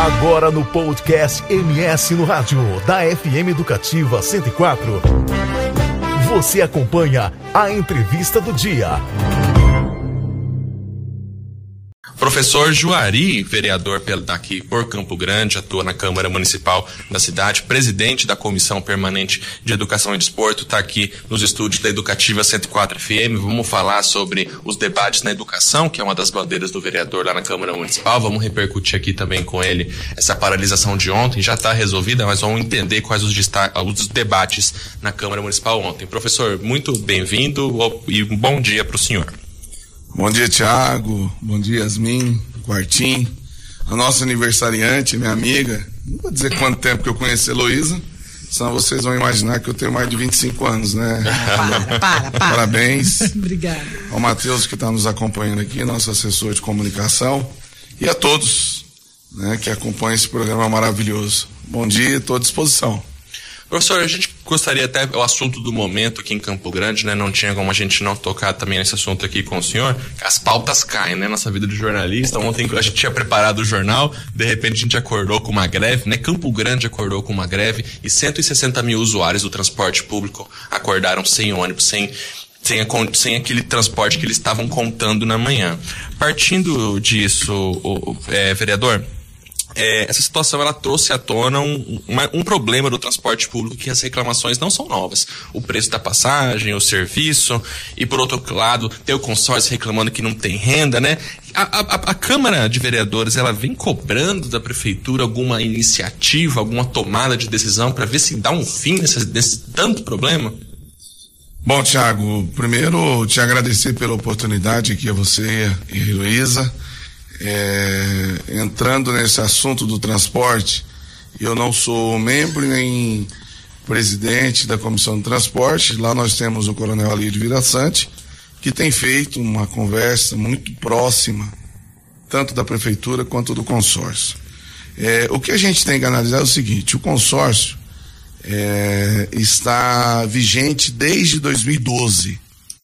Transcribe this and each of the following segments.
Agora no podcast MS no Rádio, da FM Educativa 104. Você acompanha a entrevista do dia. Professor Juari, vereador daqui por Campo Grande, atua na Câmara Municipal da cidade, presidente da Comissão Permanente de Educação e Desporto, está aqui nos estúdios da Educativa 104 FM. Vamos falar sobre os debates na educação, que é uma das bandeiras do vereador lá na Câmara Municipal. Vamos repercutir aqui também com ele essa paralisação de ontem. Já está resolvida, mas vamos entender quais os debates na Câmara Municipal ontem. Professor, muito bem-vindo e um bom dia para o senhor. Bom dia, Thiago. Bom dia, Yasmin, Quartim, a nossa aniversariante, minha amiga. Não vou dizer quanto tempo que eu conheci a Heloísa, senão vocês vão imaginar que eu tenho mais de 25 anos, né? Para. Parabéns. Obrigado. Ao Matheus, que está nos acompanhando aqui, nosso assessor de comunicação, e a todos, né, que acompanham esse programa maravilhoso. Bom dia, estou à disposição. Professor, a gente gostaria até, o assunto do momento aqui em Campo Grande, né, não tinha como a gente não tocar também nesse assunto aqui com o senhor, as pautas caem, né, nossa vida de jornalista. Ontem a gente tinha preparado o jornal, de repente a gente acordou com uma greve, né, Campo Grande acordou com uma greve e 160 mil usuários do transporte público acordaram sem ônibus, sem aquele transporte que eles estavam contando na manhã. Partindo disso, vereador, essa situação ela trouxe à tona um problema do transporte público, que as reclamações não são novas. O preço da passagem, o serviço, e por outro lado, tem o consórcio reclamando que não tem renda, né? A Câmara de Vereadores, ela vem cobrando da Prefeitura alguma iniciativa, alguma tomada de decisão para ver se dá um fim nesse tanto problema? Bom, Thiago, primeiro te agradecer pela oportunidade aqui a você e a Heloísa. Entrando nesse assunto do transporte, eu não sou membro nem presidente da Comissão de Transporte. Lá nós temos o Coronel Alídio Virassante, que tem feito uma conversa muito próxima, tanto da Prefeitura quanto do consórcio. O que a gente tem que analisar é o seguinte: o consórcio está vigente desde 2012,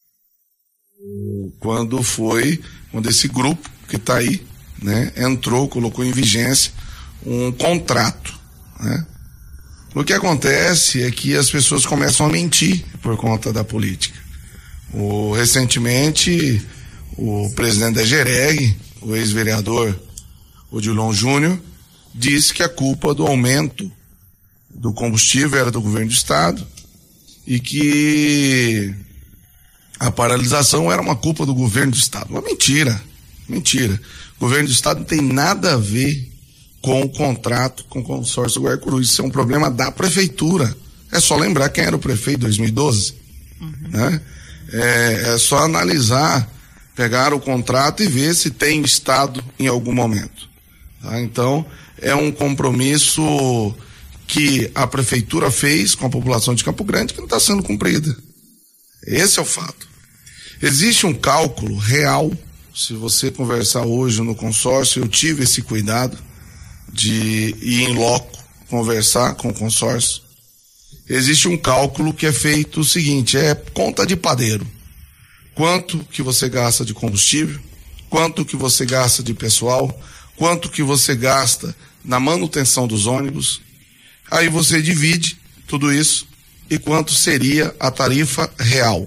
quando esse grupo que está aí, né, colocou em vigência um contrato, né? O que acontece é que as pessoas começam a mentir por conta da política. Recentemente, o presidente da GEREG, o ex-vereador Odilon Júnior, disse que a culpa do aumento do combustível era do governo do estado e que a paralisação era uma culpa do governo do estado. Uma mentira. O governo do estado não tem nada a ver com o contrato com o consórcio Guaicurus. Isso é um problema da prefeitura. É só lembrar quem era o prefeito em 2012. Né? É só analisar, pegar o contrato e ver se tem estado em algum momento. Tá? Então, é um compromisso que a prefeitura fez com a população de Campo Grande que não está sendo cumprida. Esse é o fato. Existe um cálculo real. Se você conversar hoje no consórcio, eu tive esse cuidado de ir em loco, conversar com o consórcio. Existe um cálculo que é feito o seguinte, conta de padeiro. Quanto que você gasta de combustível, quanto que você gasta de pessoal, quanto que você gasta na manutenção dos ônibus. Aí você divide tudo isso e quanto seria a tarifa real.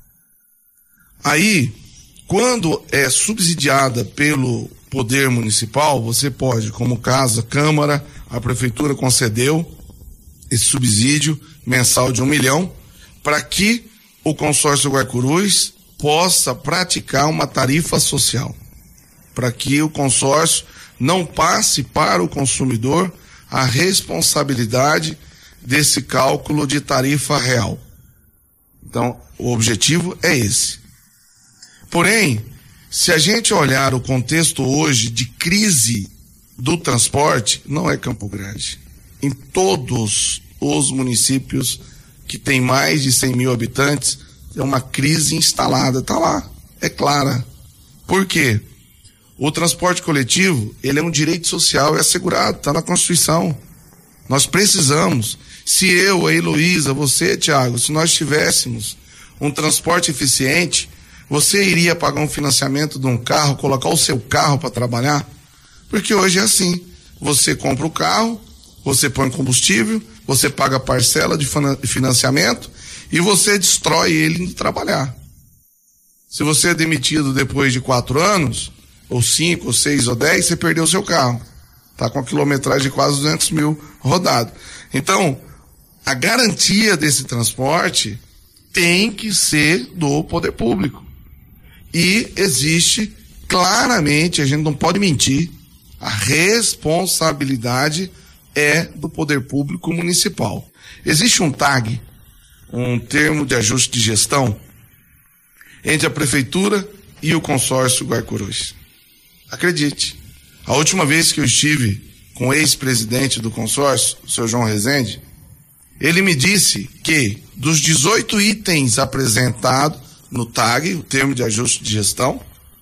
Aí, quando é subsidiada pelo poder municipal, você pode, como caso, a Câmara, a Prefeitura concedeu esse subsídio mensal de 1 milhão para que o consórcio Guaicurus possa praticar uma tarifa social, para que o consórcio não passe para o consumidor a responsabilidade desse cálculo de tarifa real. Então, o objetivo é esse. Porém, se a gente olhar o contexto hoje de crise do transporte, não é Campo Grande. Em todos os municípios que têm mais de 100 mil habitantes, é uma crise instalada, está lá, é clara. Por quê? O transporte coletivo, ele é um direito social, é assegurado, está na Constituição. Nós precisamos, se eu, a Heloísa, você, Thiago, se nós tivéssemos um transporte eficiente, você iria pagar um financiamento de um carro, colocar o seu carro para trabalhar? Porque hoje é assim. você compra o carro, você põe combustível, você paga parcela de financiamento e você destrói ele indo trabalhar. Se você é demitido depois de 4 anos, ou 5, ou 6, ou 10, você perdeu o seu carro. Está com a quilometragem de quase 200 mil rodado. Então, a garantia desse transporte tem que ser do poder público. E existe claramente, a gente não pode mentir, a responsabilidade é do poder público municipal. Existe um TAG, um termo de ajuste de gestão, entre a prefeitura e o consórcio Guaicurus. Acredite, a última vez que eu estive com o ex-presidente do consórcio, o seu João Rezende, ele me disse que dos 18 itens apresentados no TAG, o termo de ajuste de gestão,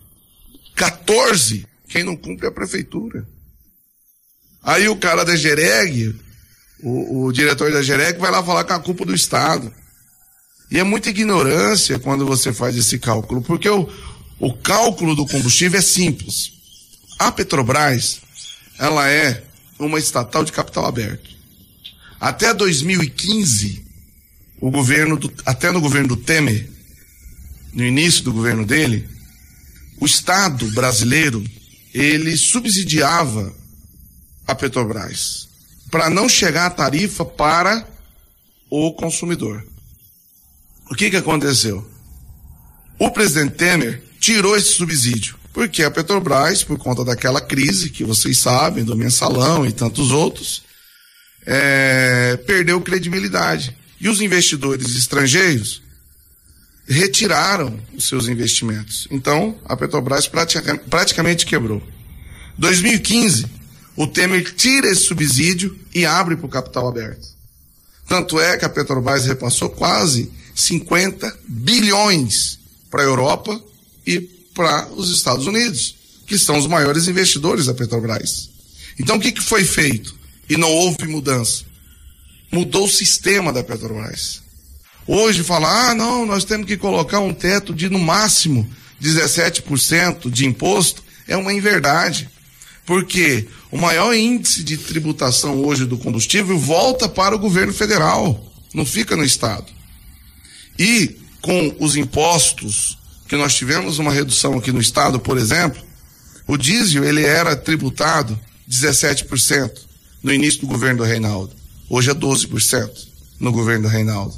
14, quem não cumpre é a prefeitura. Aí o cara da GEREG, o diretor da GEREG, vai lá falar que é a culpa do Estado. E é muita ignorância quando você faz esse cálculo, porque o cálculo do combustível é simples. A Petrobras, ela é uma estatal de capital aberto. Até 2015, até no governo do Temer, no início do governo dele, o Estado brasileiro, ele subsidiava a Petrobras para não chegar a tarifa para o consumidor. O que aconteceu? O presidente Temer tirou esse subsídio, porque a Petrobras, por conta daquela crise que vocês sabem, do mensalão e tantos outros, perdeu credibilidade. E os investidores estrangeiros retiraram os seus investimentos. Então, a Petrobras praticamente quebrou. 2015, o Temer tira esse subsídio e abre para o capital aberto. Tanto é que a Petrobras repassou quase 50 bilhões para a Europa e para os Estados Unidos, que são os maiores investidores da Petrobras. Então, o que foi feito? E não houve mudança. Mudou o sistema da Petrobras. Hoje fala, não, nós temos que colocar um teto de, no máximo, 17% de imposto, é uma inverdade. Porque o maior índice de tributação hoje do combustível volta para o governo federal, não fica no Estado. E com os impostos, que nós tivemos uma redução aqui no Estado, por exemplo, o diesel ele era tributado 17% no início do governo do Reinaldo. Hoje é 12% no governo do Reinaldo.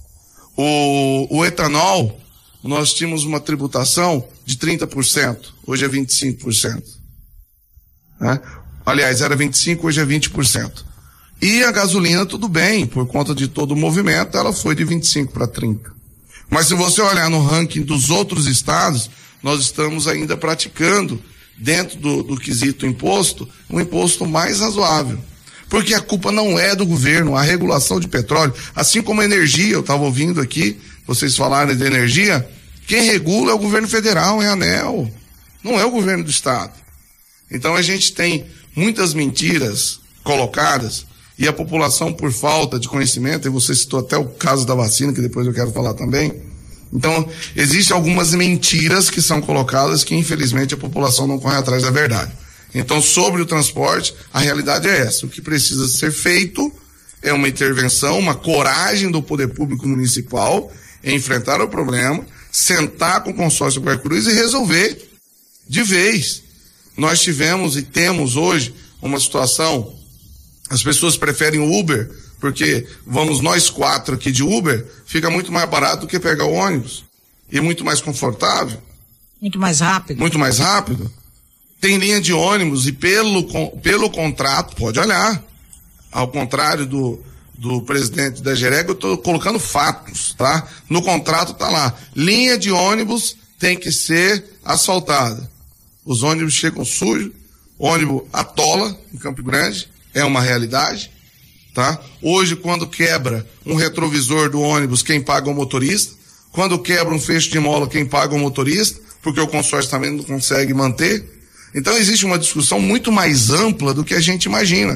O etanol, nós tínhamos uma tributação de 30%, hoje é 25%. Né? Aliás, era 25%, hoje é 20%. E a gasolina, tudo bem, por conta de todo o movimento, ela foi de 25% para 30%. Mas se você olhar no ranking dos outros estados, nós estamos ainda praticando, dentro do quesito imposto, um imposto mais razoável. Porque a culpa não é do governo, a regulação de petróleo, assim como a energia, eu estava ouvindo aqui, vocês falarem de energia, quem regula é o governo federal, é a ANEEL, não é o governo do estado. Então a gente tem muitas mentiras colocadas e a população, por falta de conhecimento, e você citou até o caso da vacina, que depois eu quero falar também. Então, existem algumas mentiras que são colocadas que, infelizmente, a população não corre atrás da verdade. Então, sobre o transporte, a realidade é essa. O que precisa ser feito é uma intervenção, uma coragem do poder público municipal em enfrentar o problema, sentar com o consórcio Guaicurus e resolver de vez. Nós tivemos e temos hoje uma situação, as pessoas preferem o Uber, porque vamos nós 4 aqui de Uber, fica muito mais barato do que pegar o ônibus. E muito mais confortável. Muito mais rápido. Muito mais rápido. Tem linha de ônibus e pelo contrato, pode olhar, ao contrário do presidente da GEREG, eu estou colocando fatos, tá? No contrato está lá, linha de ônibus tem que ser asfaltada. Os ônibus chegam sujos, ônibus atola em Campo Grande, é uma realidade, tá? Hoje, quando quebra um retrovisor do ônibus, quem paga é o motorista. Quando quebra um fecho de mola, quem paga é o motorista, porque o consórcio também não consegue manter. Então existe uma discussão muito mais ampla do que a gente imagina.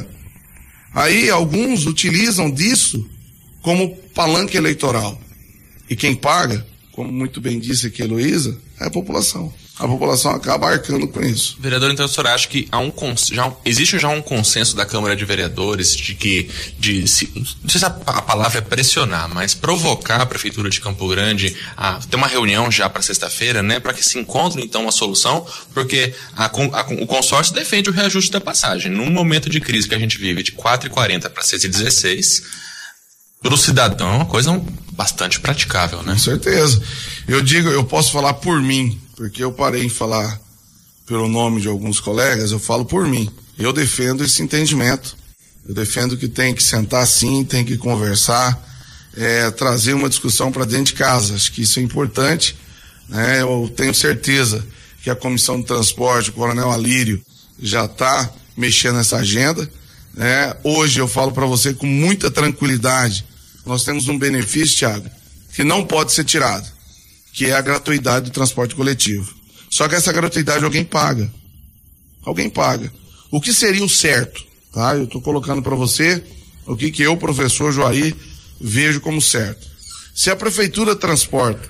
Aí alguns utilizam disso como palanque eleitoral. E quem paga, como muito bem disse aqui a Heloísa, é a população. a população acaba arcando com isso. Vereador, então o senhor acha que existe já um consenso da Câmara de Vereadores de que, não sei se a palavra é pressionar, mas provocar a Prefeitura de Campo Grande a ter uma reunião já para sexta-feira, né, para que se encontre então uma solução, porque o consórcio defende o reajuste da passagem. Num momento de crise que a gente vive de 4,40 para 6,16, para o cidadão é uma coisa bastante praticável, né? Com certeza. Eu posso falar por mim, porque eu parei em falar pelo nome de alguns colegas, eu falo por mim. Eu defendo esse entendimento. Eu defendo que tem que sentar sim, tem que conversar, trazer uma discussão para dentro de casa. Acho que isso é importante, né? Eu tenho certeza que a Comissão de Transporte, o Coronel Alírio, já está mexendo nessa agenda, né? Hoje eu falo para você com muita tranquilidade, nós temos um benefício, Thiago, que não pode ser tirado, que é a gratuidade do transporte coletivo. Só que essa gratuidade alguém paga. Alguém paga. O que seria o certo? Tá? Eu estou colocando para você o que eu, professor Juari, vejo como certo. Se a prefeitura transporta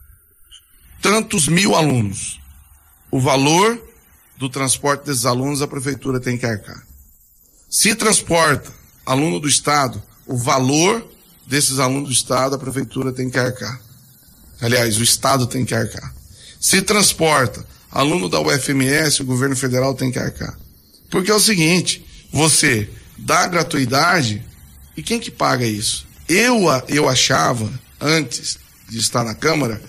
tantos mil alunos, o valor do transporte desses alunos a prefeitura tem que arcar. Se transporta aluno do Estado, o valor desses alunos do Estado a prefeitura tem que arcar. Aliás, o Estado tem que arcar. Se transporta aluno da UFMS, o governo federal tem que arcar. Porque é o seguinte, você dá gratuidade e quem que paga isso? Eu achava, antes de estar na Câmara,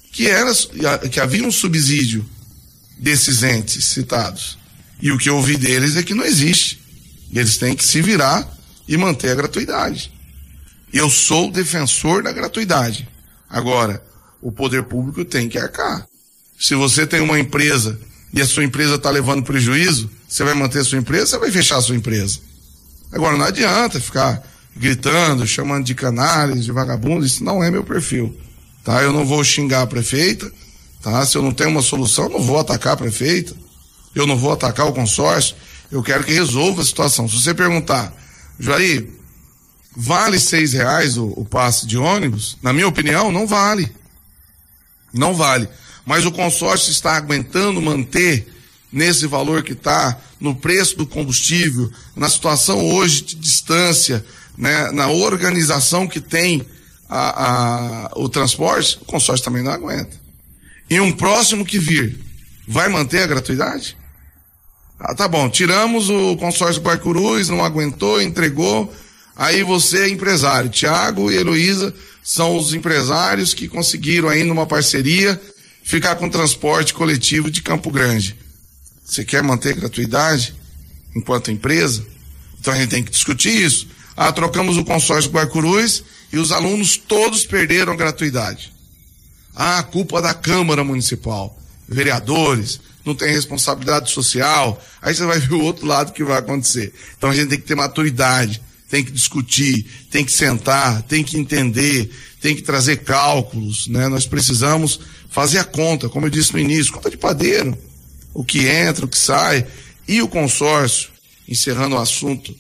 que havia um subsídio desses entes citados. E o que eu ouvi deles é que não existe. Eles têm que se virar e manter a gratuidade. Eu sou defensor da gratuidade. Agora, o poder público tem que arcar. Se você tem uma empresa e a sua empresa está levando prejuízo, você vai manter a sua empresa, você vai fechar a sua empresa. Agora, não adianta ficar gritando, chamando de canalhas, de vagabundos, isso não é meu perfil. Tá? Eu não vou xingar a prefeita, tá? Se eu não tenho uma solução, eu não vou atacar a prefeita, eu não vou atacar o consórcio, eu quero que resolva a situação. Se você perguntar, Juari, vale R$6 o passe de ônibus? Na minha opinião, não vale. Não vale. Mas o consórcio está aguentando manter nesse valor que está, no preço do combustível, na situação hoje de distância, né, na organização que tem o transporte, o consórcio também não aguenta. E um próximo que vir, vai manter a gratuidade? Ah, tá bom, tiramos o consórcio Guarcurus, não aguentou, entregou, aí você é empresário. Tiago e Heloísa são os empresários que conseguiram aí numa parceria ficar com transporte coletivo de Campo Grande. Você quer manter gratuidade enquanto empresa? Então a gente tem que discutir isso. Ah, trocamos o consórcio Guarcurus e os alunos todos perderam a gratuidade. Ah, culpa da Câmara Municipal, vereadores, não tem responsabilidade social. Aí você vai ver o outro lado que vai acontecer. Então a gente tem que ter maturidade, tem que discutir, tem que sentar, tem que entender, tem que trazer cálculos, né? Nós precisamos fazer a conta, como eu disse no início, conta de padeiro, o que entra, o que sai. E o consórcio, encerrando o assunto,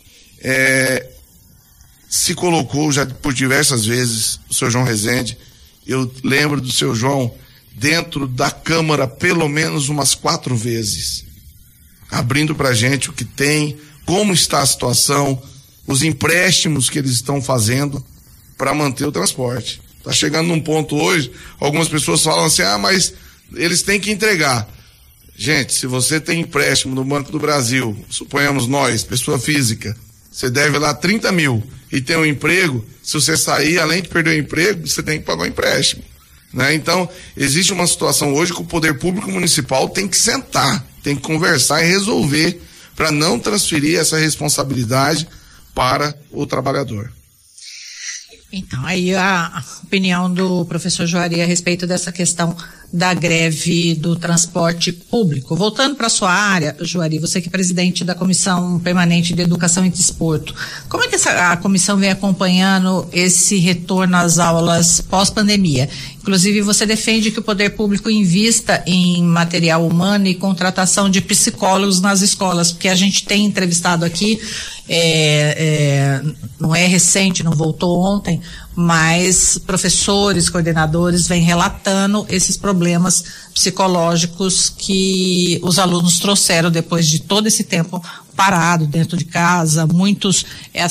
se colocou já por diversas vezes, o seu João Rezende, eu lembro do seu João dentro da Câmara pelo menos umas 4 vezes, abrindo pra gente o que tem, como está a situação, os empréstimos que eles estão fazendo para manter o transporte. Está chegando num ponto hoje, algumas pessoas falam assim, mas eles têm que entregar. Gente, se você tem empréstimo no Banco do Brasil, suponhamos nós, pessoa física, você deve lá 30 mil e tem um emprego, se você sair, além de perder o emprego, você tem que pagar o empréstimo. Né? Então, existe uma situação hoje que o poder público municipal tem que sentar, tem que conversar e resolver para não transferir essa responsabilidade para o trabalhador. Então, aí a opinião do professor Juari a respeito dessa questão da greve do transporte público. Voltando para a sua área, Juari, você que é presidente da Comissão Permanente de Educação e Desporto, como é que a comissão vem acompanhando esse retorno às aulas pós-pandemia? Inclusive, você defende que o poder público invista em material humano e contratação de psicólogos nas escolas, porque a gente tem entrevistado aqui não é recente, não voltou ontem, mas professores, coordenadores vêm relatando esses problemas psicológicos que os alunos trouxeram depois de todo esse tempo parado dentro de casa, muitos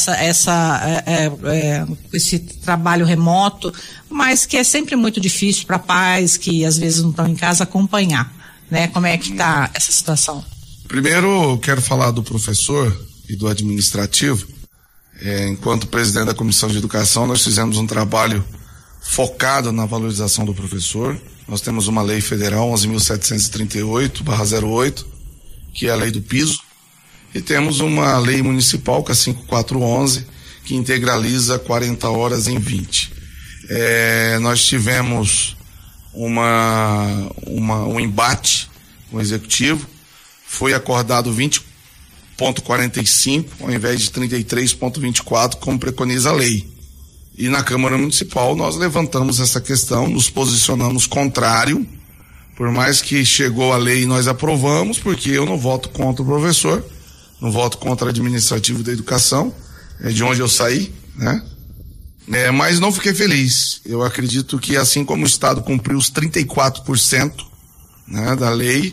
esse trabalho remoto, mas que é sempre muito difícil para pais que às vezes não estão em casa acompanhar, né? Como é que está essa situação? Primeiro, eu quero falar do professor e do administrativo. Enquanto presidente da Comissão de Educação, nós fizemos um trabalho focado na valorização do professor. Nós temos uma lei federal 11.738/08, que é a lei do piso, e temos uma lei municipal, que é a 5411, que integraliza 40 horas em 20. Nós tivemos um embate com o executivo, foi acordado 20,45 ao invés de 33,24, como preconiza a lei. E na Câmara Municipal nós levantamos essa questão, nos posicionamos contrário, por mais que chegou a lei nós aprovamos, porque eu não voto contra o professor, não voto contra o administrativo da educação, de onde eu saí, né? Mas não fiquei feliz. Eu acredito que assim como o Estado cumpriu os 34%, né, da lei,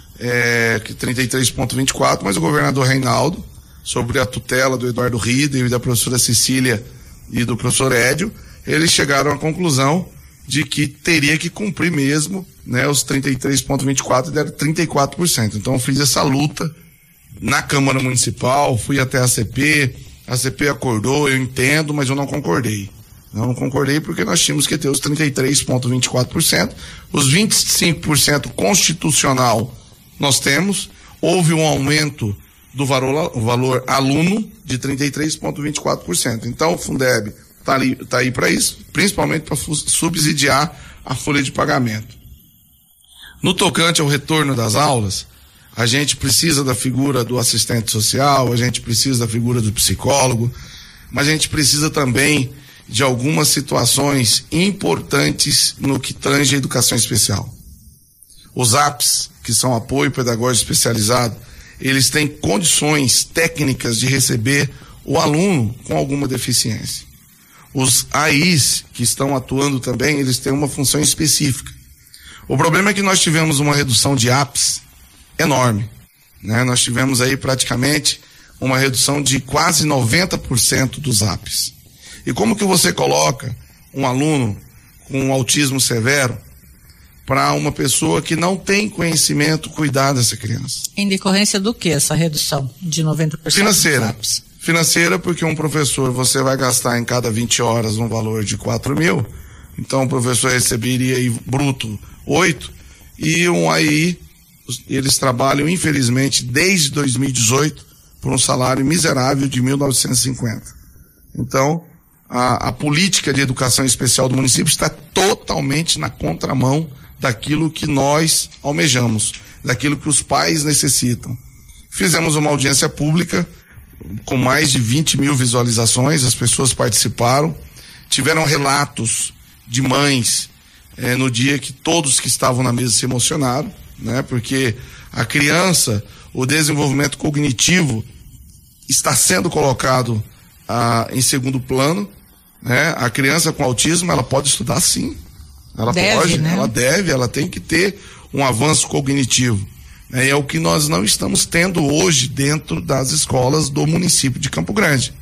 que 33,24, mas o governador Reinaldo, sobre a tutela do Eduardo Rieder e da professora Cecília e do professor Édio, eles chegaram à conclusão de que teria que cumprir mesmo, né, os 33,24 e deram 34%. Então eu fiz essa luta na Câmara Municipal, fui até a CP acordou, eu entendo, mas eu não concordei. Não concordei porque nós tínhamos que ter os 33,24%, os 25% constitucional nós temos, houve um aumento do valor aluno de 33,24%. Então o Fundeb tá aí para isso, principalmente para subsidiar a folha de pagamento. No tocante ao retorno das aulas, a gente precisa da figura do assistente social, a gente precisa da figura do psicólogo, mas a gente precisa também de algumas situações importantes no que tange a educação especial. Os APs, que são apoio pedagógico especializado, eles têm condições técnicas de receber o aluno com alguma deficiência. Os AIs, que estão atuando também, eles têm uma função específica. O problema é que nós tivemos uma redução de APs enorme, né? Nós tivemos aí praticamente uma redução de quase 90% dos APs. E como que você coloca um aluno com autismo severo para uma pessoa que não tem conhecimento cuidar dessa criança? Em decorrência do que essa redução de 90%? Financeira. Financeira, porque um professor, você vai gastar em cada 20 horas um valor de 4.000, então o professor receberia aí bruto 8, e um AI, eles trabalham infelizmente desde 2018 por um salário miserável de 1.950. Então a política de educação especial do município está totalmente na contramão daquilo que nós almejamos, daquilo que os pais necessitam. Fizemos uma audiência pública com mais de 20 mil visualizações, as pessoas participaram, tiveram relatos de mães no dia que todos que estavam na mesa se emocionaram, né? Porque a criança, o desenvolvimento cognitivo está sendo colocado em segundo plano, né? A criança com autismo, ela pode estudar sim, ela pode, né? Ela tem que ter um avanço cognitivo. É o que nós não estamos tendo hoje dentro das escolas do município de Campo Grande.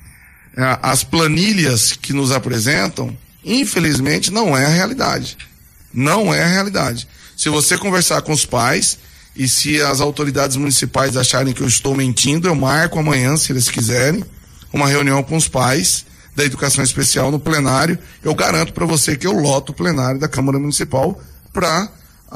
As planilhas que nos apresentam, infelizmente, não é a realidade. Não é a realidade. Se você conversar com os pais e se as autoridades municipais acharem que eu estou mentindo, eu marco amanhã, se eles quiserem, uma reunião com os pais da educação especial no plenário. Eu garanto para você que eu loto o plenário da Câmara Municipal para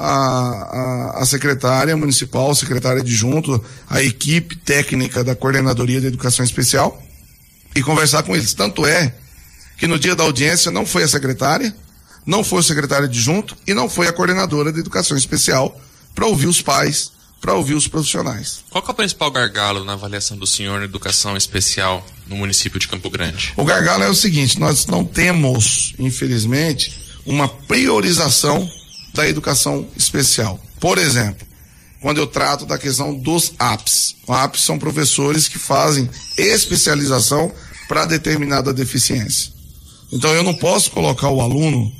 a secretária municipal, a secretária adjunto, a equipe técnica da Coordenadoria da Educação Especial e conversar com eles. Tanto é que no dia da audiência não foi a secretária, não foi o secretário adjunto e não foi a coordenadora da Educação Especial para ouvir os pais, para ouvir os profissionais. Qual que é o principal gargalo na avaliação do senhor na educação especial no município de Campo Grande? O gargalo é o seguinte: nós não temos, infelizmente, uma priorização da educação especial. Por exemplo, quando eu trato da questão dos APs. Os APs são professores que fazem especialização para determinada deficiência. Então eu não posso colocar o aluno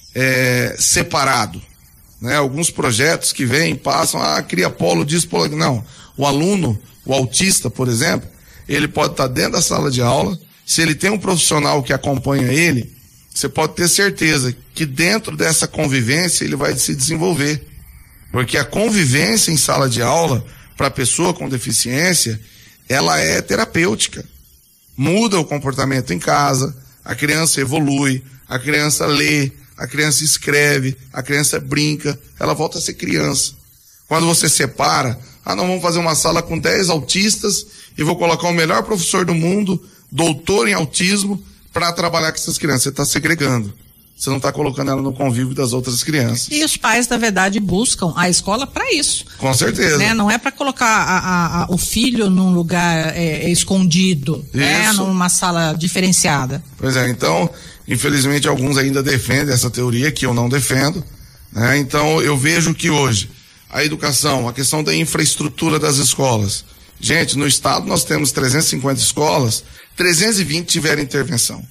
separado, né? Alguns projetos que vêm, passam, cria polo disso, polo aquilo. Não, o aluno, o autista, por exemplo, ele pode estar dentro da sala de aula. Se ele tem um profissional que acompanha ele, você pode ter certeza que dentro dessa convivência ele vai se desenvolver. Porque a convivência em sala de aula, para a pessoa com deficiência, ela é terapêutica. Muda o comportamento em casa, a criança evolui, a criança lê, a criança escreve, a criança brinca, ela volta a ser criança. Quando você separa, não vamos fazer uma sala com 10 autistas e vou colocar o melhor professor do mundo, doutor em autismo, para trabalhar com essas crianças. Você está segregando. Você não está colocando ela no convívio das outras crianças. E os pais, na verdade, buscam a escola para isso. Com certeza. Né? Não é para colocar o filho num lugar escondido, né? Numa sala diferenciada. Pois é, então, infelizmente, alguns ainda defendem essa teoria, que eu não defendo, né? Então, eu vejo que hoje, a educação, a questão da infraestrutura das escolas. Gente, no estado nós temos 350 escolas, 320 tiveram intervenção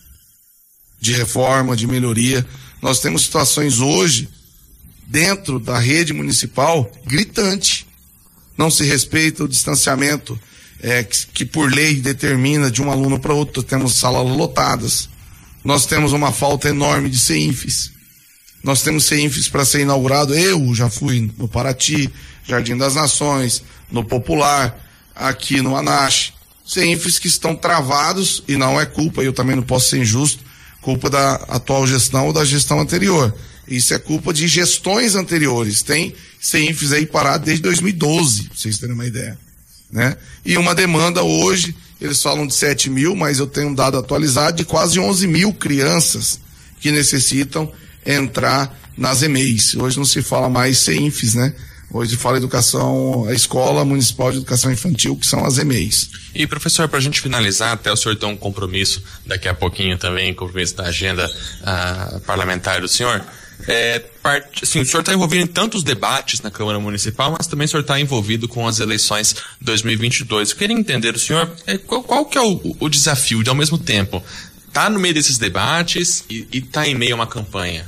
de reforma, de melhoria. Nós temos situações hoje, dentro da rede municipal, gritante. Não se respeita o distanciamento que por lei determina de um aluno para outro. Temos salas lotadas. Nós temos uma falta enorme de CEINFES. Nós temos CEINFES para ser inaugurado. Eu já fui no Paraty, Jardim das Nações, no Popular, aqui no Anache. CEINFES que estão travados, e não é culpa, eu também não posso ser injusto, culpa da atual gestão ou da gestão anterior. Isso é culpa de gestões anteriores. Tem CEINFES aí parado desde 2012, pra vocês terem uma ideia, né? E uma demanda hoje, eles falam de 7 mil, mas eu tenho um dado atualizado de quase 11 mil crianças que necessitam entrar nas EMEIs. Hoje não se fala mais CEINFES, né? Hoje fala a Escola Municipal de Educação Infantil, que são as EMEIs. E, professor, para a gente finalizar, até o senhor tem um compromisso daqui a pouquinho também, compromisso da agenda parlamentar do senhor. Assim, o senhor está envolvido em tantos debates na Câmara Municipal, mas também o senhor está envolvido com as eleições 2022. Eu queria entender do senhor qual que é o desafio de, ao mesmo tempo, estar no meio desses debates e estar em meio a uma campanha.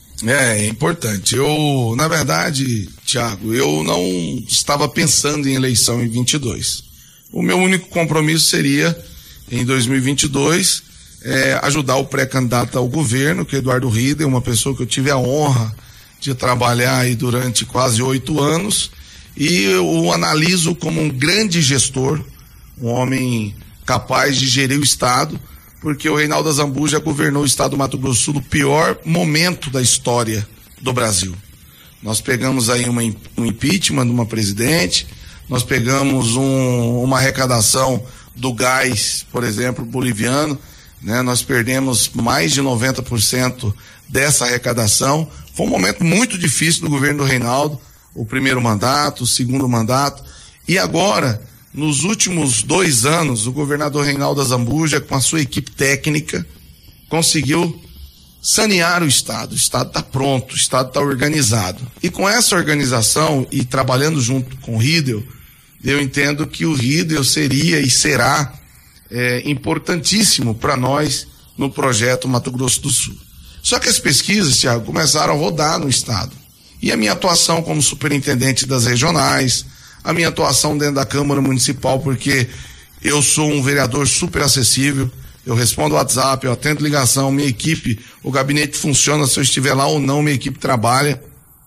É importante. Na verdade, Tiago, eu não estava pensando em eleição em 22. O meu único compromisso seria, em 2022, ajudar o pré-candidato ao governo, que é Eduardo Rieder, uma pessoa que eu tive a honra de trabalhar aí durante quase 8 anos, e eu o analiso como um grande gestor, um homem capaz de gerir o Estado, porque o Reinaldo Azambuja governou o estado do Mato Grosso do Sul no pior momento da história do Brasil. Nós pegamos aí um impeachment de uma presidente, nós pegamos uma arrecadação do gás, por exemplo, boliviano, né? Nós perdemos mais de 90% dessa arrecadação. Foi um momento muito difícil do governo do Reinaldo, o primeiro mandato, o segundo mandato, e agora, nos últimos 2 anos, o governador Reinaldo Azambuja, com a sua equipe técnica, conseguiu sanear o Estado. O Estado está pronto, o Estado está organizado. E com essa organização, e trabalhando junto com o Riedel, eu entendo que o Riedel seria e será importantíssimo para nós no projeto Mato Grosso do Sul. Só que as pesquisas, Thiago, começaram a rodar no Estado. E a minha atuação como superintendente das regionais, a minha atuação dentro da Câmara Municipal, porque eu sou um vereador super acessível, eu respondo WhatsApp, eu atendo ligação, minha equipe, o gabinete funciona, se eu estiver lá ou não, minha equipe trabalha.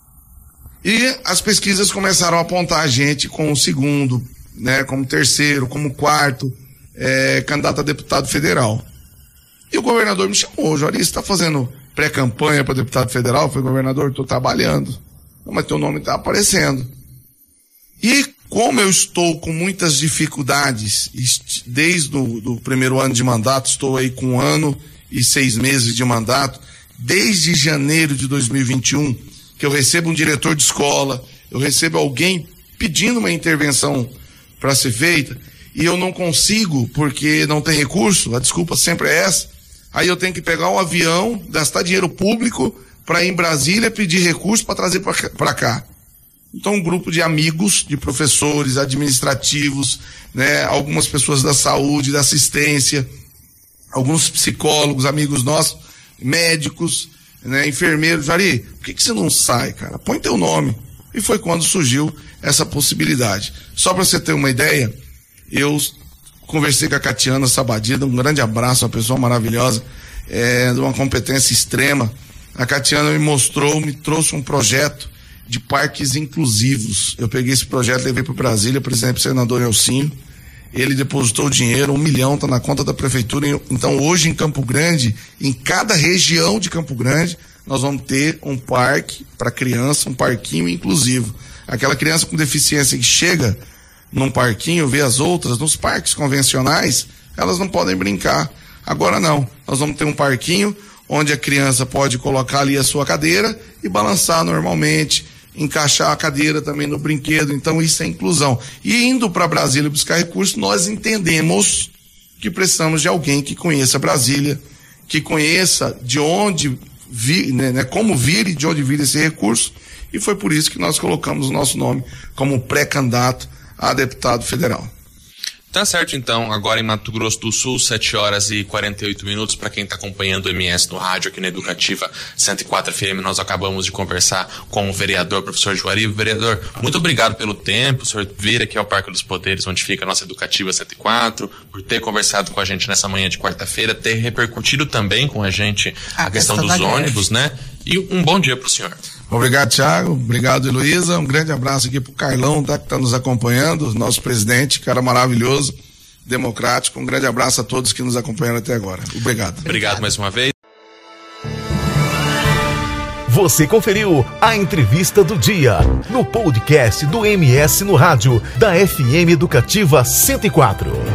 E as pesquisas começaram a apontar a gente como segundo, né, como terceiro, como quarto, candidato a deputado federal. E o governador me chamou: Juari, você está fazendo pré-campanha para deputado federal? Eu falei: governador, estou trabalhando. Não, mas teu nome está aparecendo. E como eu estou com muitas dificuldades, desde o primeiro ano de mandato, estou aí com 1 ano e 6 meses de mandato, desde janeiro de 2021, que eu recebo um diretor de escola, eu recebo alguém pedindo uma intervenção para ser feita, e eu não consigo, porque não tem recurso, a desculpa sempre é essa. Aí eu tenho que pegar um avião, gastar dinheiro público para ir em Brasília pedir recurso para trazer para cá. Então, um grupo de amigos, de professores, administrativos, né, algumas pessoas da saúde, da assistência, alguns psicólogos, amigos nossos, médicos, né, enfermeiros. Juari, por que você não sai, cara? Põe teu nome. E foi quando surgiu essa possibilidade. Só para você ter uma ideia, eu conversei com a Catiana Sabadida, um grande abraço, uma pessoa maravilhosa, de uma competência extrema. A Catiana me trouxe um projeto de parques inclusivos. Eu peguei esse projeto, levei para Brasília, presidente do senador Elcinho, ele depositou o dinheiro, 1 milhão, está na conta da prefeitura. Então hoje em Campo Grande, em cada região de Campo Grande, nós vamos ter um parque para criança, um parquinho inclusivo. Aquela criança com deficiência que chega num parquinho, vê as outras, nos parques convencionais, elas não podem brincar. Agora não, nós vamos ter um parquinho onde a criança pode colocar ali a sua cadeira e balançar normalmente, encaixar a cadeira também no brinquedo. Então isso é inclusão. E indo para Brasília buscar recursos, nós entendemos que precisamos de alguém que conheça Brasília, que conheça de onde como vir e de onde vir esse recurso, e foi por isso que nós colocamos o nosso nome como pré-candidato a deputado federal. Tá certo, então, agora em Mato Grosso do Sul, 7h48, para quem está acompanhando o MS no rádio aqui na Educativa 104 FM, nós acabamos de conversar com o vereador, professor Juari. Vereador, muito obrigado pelo tempo, o senhor vir aqui ao Parque dos Poderes, onde fica a nossa Educativa 104, por ter conversado com a gente nessa manhã de quarta-feira, ter repercutido também com a gente a questão dos ônibus, né? E um bom dia para o senhor. Obrigado, Thiago. Obrigado, Heloísa. Um grande abraço aqui pro Carlão, tá, que está nos acompanhando, nosso presidente, cara maravilhoso, democrático. Um grande abraço a todos que nos acompanharam até agora. Obrigado. Obrigado mais uma vez. Você conferiu a entrevista do dia no podcast do MS no Rádio, da FM Educativa 104.